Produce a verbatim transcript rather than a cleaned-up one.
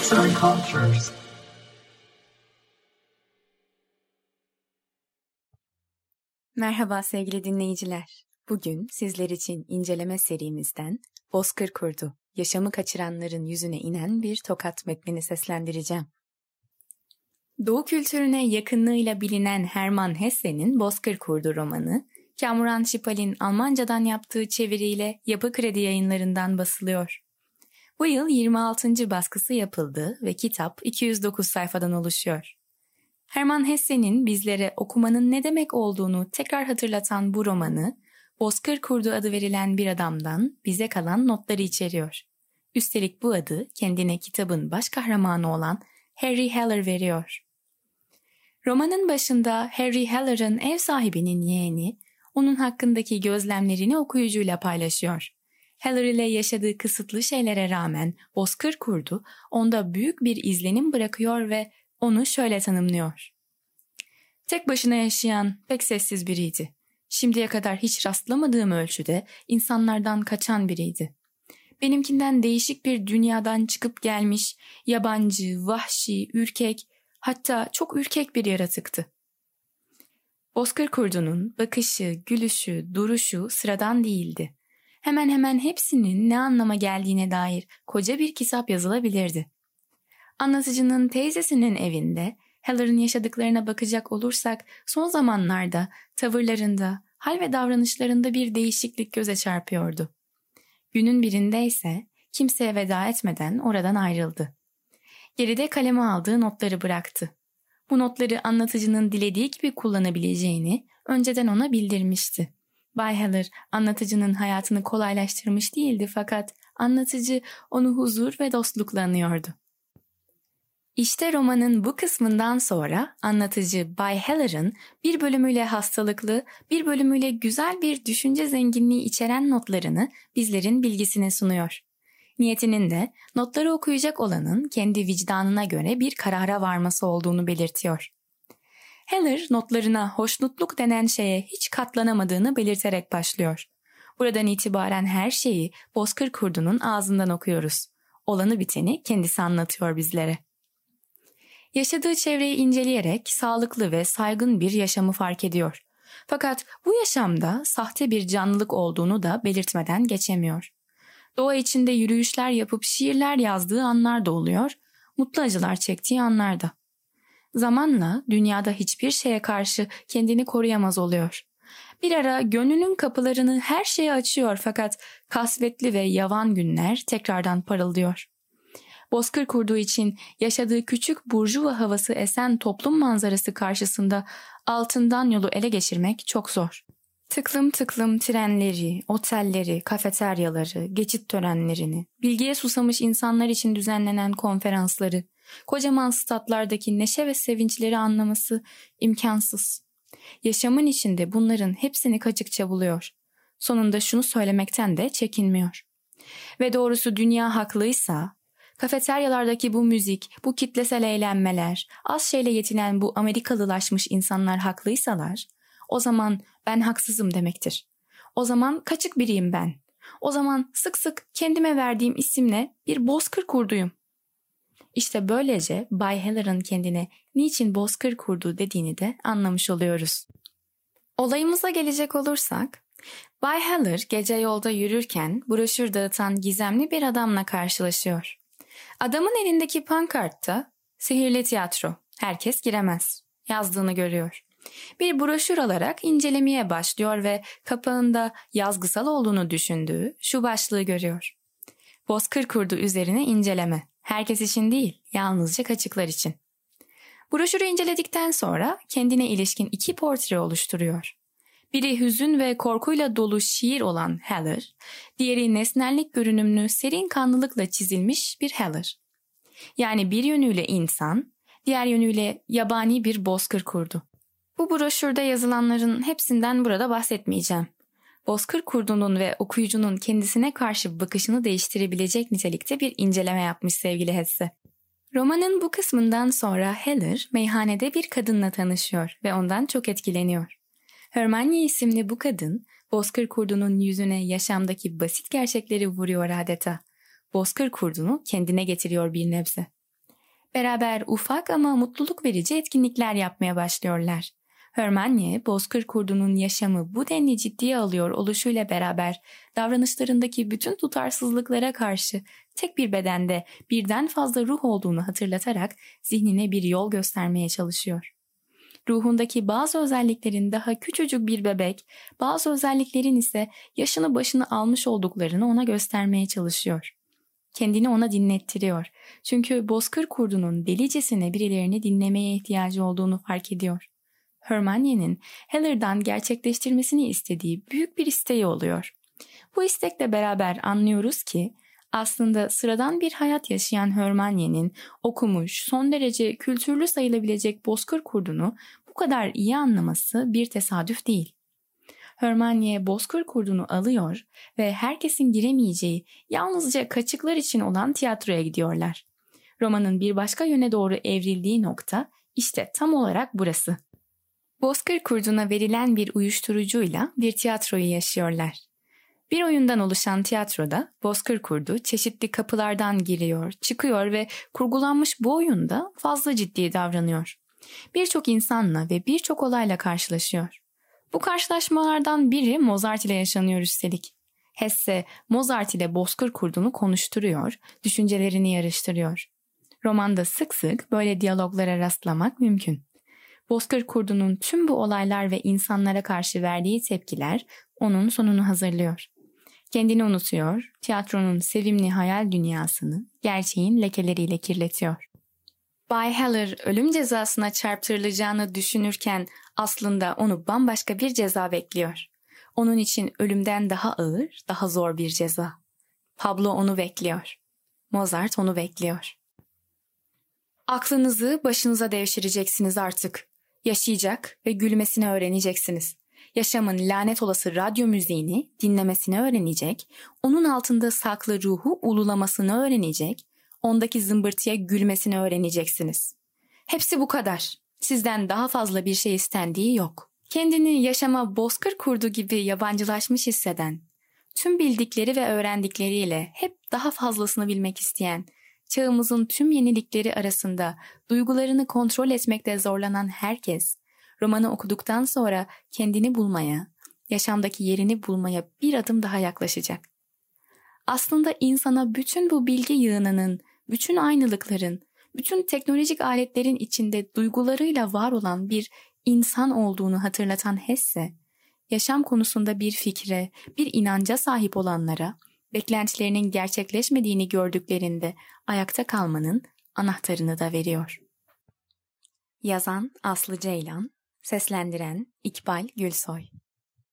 Arts and Cultures. Merhaba sevgili dinleyiciler. Bugün sizler için inceleme serimizden Bozkır Kurdu, yaşamı kaçıranların yüzüne inen bir tokat metnini seslendireceğim. Doğu kültürüne yakınlığıyla bilinen Hermann Hesse'nin Bozkır Kurdu romanı, Kamuran Şipal'in Almancadan yaptığı çeviriyle Yapı Kredi Yayınlarından basılıyor. Bu yıl yirmi altıncı baskısı yapıldı ve kitap iki yüz dokuz sayfadan oluşuyor. Hermann Hesse'nin bizlere okumanın ne demek olduğunu tekrar hatırlatan bu romanı, Bozkır Kurdu adı verilen bir adamdan bize kalan notları içeriyor. Üstelik bu adı kendine kitabın baş kahramanı olan Harry Heller veriyor. Romanın başında Harry Heller'ın ev sahibinin yeğeni, onun hakkındaki gözlemlerini okuyucuyla paylaşıyor. Heller ile yaşadığı kısıtlı şeylere rağmen Bozkır Kurdu onda büyük bir izlenim bırakıyor ve onu şöyle tanımlıyor. Tek başına yaşayan, pek sessiz biriydi. Şimdiye kadar hiç rastlamadığım ölçüde insanlardan kaçan biriydi. Benimkinden değişik bir dünyadan çıkıp gelmiş, yabancı, vahşi, ürkek, hatta çok ürkek bir yaratıktı. Bozkır Kurdu'nun bakışı, gülüşü, duruşu sıradan değildi. Hemen hemen hepsinin ne anlama geldiğine dair koca bir kitap yazılabilirdi. Anlatıcının teyzesinin evinde Heller'ın yaşadıklarına bakacak olursak son zamanlarda tavırlarında, hal ve davranışlarında bir değişiklik göze çarpıyordu. Günün birinde ise kimseye veda etmeden oradan ayrıldı. Geride kaleme aldığı notları bıraktı. Bu notları anlatıcının dilediği gibi kullanabileceğini önceden ona bildirmişti. Bay Heller anlatıcının hayatını kolaylaştırmış değildi fakat anlatıcı onu huzur ve dostlukla anıyordu. İşte romanın bu kısmından sonra anlatıcı Bay Heller'ın bir bölümüyle hastalıklı, bir bölümüyle güzel bir düşünce zenginliği içeren notlarını bizlerin bilgisine sunuyor. Niyetinin de notları okuyacak olanın kendi vicdanına göre bir karara varması olduğunu belirtiyor. Heller notlarına hoşnutluk denen şeye hiç katlanamadığını belirterek başlıyor. Buradan itibaren her şeyi Bozkır Kurdu'nun ağzından okuyoruz. Olanı biteni kendisi anlatıyor bizlere. Yaşadığı çevreyi inceleyerek sağlıklı ve saygın bir yaşamı fark ediyor. Fakat bu yaşamda sahte bir canlılık olduğunu da belirtmeden geçemiyor. Doğa içinde yürüyüşler yapıp şiirler yazdığı anlar da oluyor, mutlu acılar çektiği anlar da. Zamanla dünyada hiçbir şeye karşı kendini koruyamaz oluyor. Bir ara gönlünün kapılarını her şeye açıyor fakat kasvetli ve yavan günler tekrardan parıldıyor. Bozkır Kurdu için yaşadığı küçük burjuva havası esen toplum manzarası karşısında altından yolu ele geçirmek çok zor. Tıklım tıklım trenleri, otelleri, kafeteryaları, geçit törenlerini, bilgiye susamış insanlar için düzenlenen konferansları, kocaman statlardaki neşe ve sevinçleri anlaması imkansız. Yaşamın içinde bunların hepsini kaçıkça buluyor. Sonunda şunu söylemekten de çekinmiyor. Ve doğrusu dünya haklıysa, kafeteryalardaki bu müzik, bu kitlesel eğlenmeler, az şeyle yetinen bu Amerikalılaşmış insanlar haklıysalar, o zaman ben haksızım demektir. O zaman kaçık biriyim ben. O zaman sık sık kendime verdiğim isimle bir Bozkır Kurdu'yum. İşte böylece Bay Heller'ın kendine niçin Bozkır Kurdu dediğini de anlamış oluyoruz. Olayımıza gelecek olursak, Bay Heller gece yolda yürürken broşür dağıtan gizemli bir adamla karşılaşıyor. Adamın elindeki pankartta "Sihirli tiyatro, herkes giremez" yazdığını görüyor. Bir broşür alarak incelemeye başlıyor ve kapağında yazgısal olduğunu düşündüğü şu başlığı görüyor. Bozkır Kurdu üzerine inceleme. Herkes için değil, yalnızca kaçıklar için. Broşürü inceledikten sonra kendine ilişkin iki portre oluşturuyor. Biri hüzün ve korkuyla dolu şiir olan Heller, diğeri nesnellik görünümlü serin kanlılıkla çizilmiş bir Heller. Yani bir yönüyle insan, diğer yönüyle yabani bir Bozkır Kurdu. Bu broşürde yazılanların hepsinden burada bahsetmeyeceğim. Bozkır Kurdu'nun ve okuyucunun kendisine karşı bakışını değiştirebilecek nitelikte bir inceleme yapmış sevgili Hesse. Romanın bu kısmından sonra Heller meyhanede bir kadınla tanışıyor ve ondan çok etkileniyor. Hermione isimli bu kadın, Bozkır Kurdu'nun yüzüne yaşamdaki basit gerçekleri vuruyor adeta. Bozkır Kurdu'nu kendine getiriyor bir nebze. Beraber ufak ama mutluluk verici etkinlikler yapmaya başlıyorlar. Hermione, bozkır kurdunun yaşamı bu denli ciddiye alıyor oluşuyla beraber davranışlarındaki bütün tutarsızlıklara karşı tek bir bedende birden fazla ruh olduğunu hatırlatarak zihnine bir yol göstermeye çalışıyor. Ruhundaki bazı özelliklerin daha küçücük bir bebek, bazı özelliklerin ise yaşını başını almış olduklarını ona göstermeye çalışıyor. Kendini ona dinlettiriyor. Çünkü bozkır kurdunun delicesine birilerini dinlemeye ihtiyacı olduğunu fark ediyor. Hermione'nin Heller'dan gerçekleştirmesini istediği büyük bir isteği oluyor. Bu istekle beraber anlıyoruz ki aslında sıradan bir hayat yaşayan Hermione'nin okumuş, son derece kültürlü sayılabilecek bozkır kurdunu bu kadar iyi anlaması bir tesadüf değil. Hermione bozkır kurdunu alıyor ve herkesin giremeyeceği yalnızca kaçıklar için olan tiyatroya gidiyorlar. Romanın bir başka yöne doğru evrildiği nokta işte tam olarak burası. Bozkır kurduna verilen bir uyuşturucuyla bir tiyatroyu yaşıyorlar. Bir oyundan oluşan tiyatroda bozkır kurdu çeşitli kapılardan giriyor, çıkıyor ve kurgulanmış bu oyunda fazla ciddi davranıyor. Birçok insanla ve birçok olayla karşılaşıyor. Bu karşılaşmalardan biri Mozart ile yaşanıyor üstelik. Hesse, Mozart ile bozkır kurdunu konuşturuyor, düşüncelerini yarıştırıyor. Romanda sık sık böyle diyaloglara rastlamak mümkün. Bozkır kurdunun tüm bu olaylar ve insanlara karşı verdiği tepkiler onun sonunu hazırlıyor. Kendini unutuyor, tiyatronun sevimli hayal dünyasını gerçeğin lekeleriyle kirletiyor. Bay Heller ölüm cezasına çarptırılacağını düşünürken aslında onu bambaşka bir ceza bekliyor. Onun için ölümden daha ağır, daha zor bir ceza. Pablo onu bekliyor. Mozart onu bekliyor. Aklınızı başınıza devşireceksiniz artık. Yaşayacak ve gülmesini öğreneceksiniz. Yaşamın lanet olası radyo müziğini dinlemesini öğrenecek, onun altında saklı ruhu ululamasını öğrenecek, ondaki zımbırtıya gülmesini öğreneceksiniz. Hepsi bu kadar. Sizden daha fazla bir şey istendiği yok. Kendini yaşama bozkır kurdu gibi yabancılaşmış hisseden, tüm bildikleri ve öğrendikleriyle hep daha fazlasını bilmek isteyen, çağımızın tüm yenilikleri arasında duygularını kontrol etmekte zorlanan herkes, romanı okuduktan sonra kendini bulmaya, yaşamdaki yerini bulmaya bir adım daha yaklaşacak. Aslında insana bütün bu bilgi yığınının, bütün aynılıkların, bütün teknolojik aletlerin içinde duygularıyla var olan bir insan olduğunu hatırlatan Hesse, yaşam konusunda bir fikre, bir inanca sahip olanlara, beklentilerinin gerçekleşmediğini gördüklerinde ayakta kalmanın anahtarını da veriyor. Yazan Aslı Ceylan, seslendiren İkbal Gülsoy.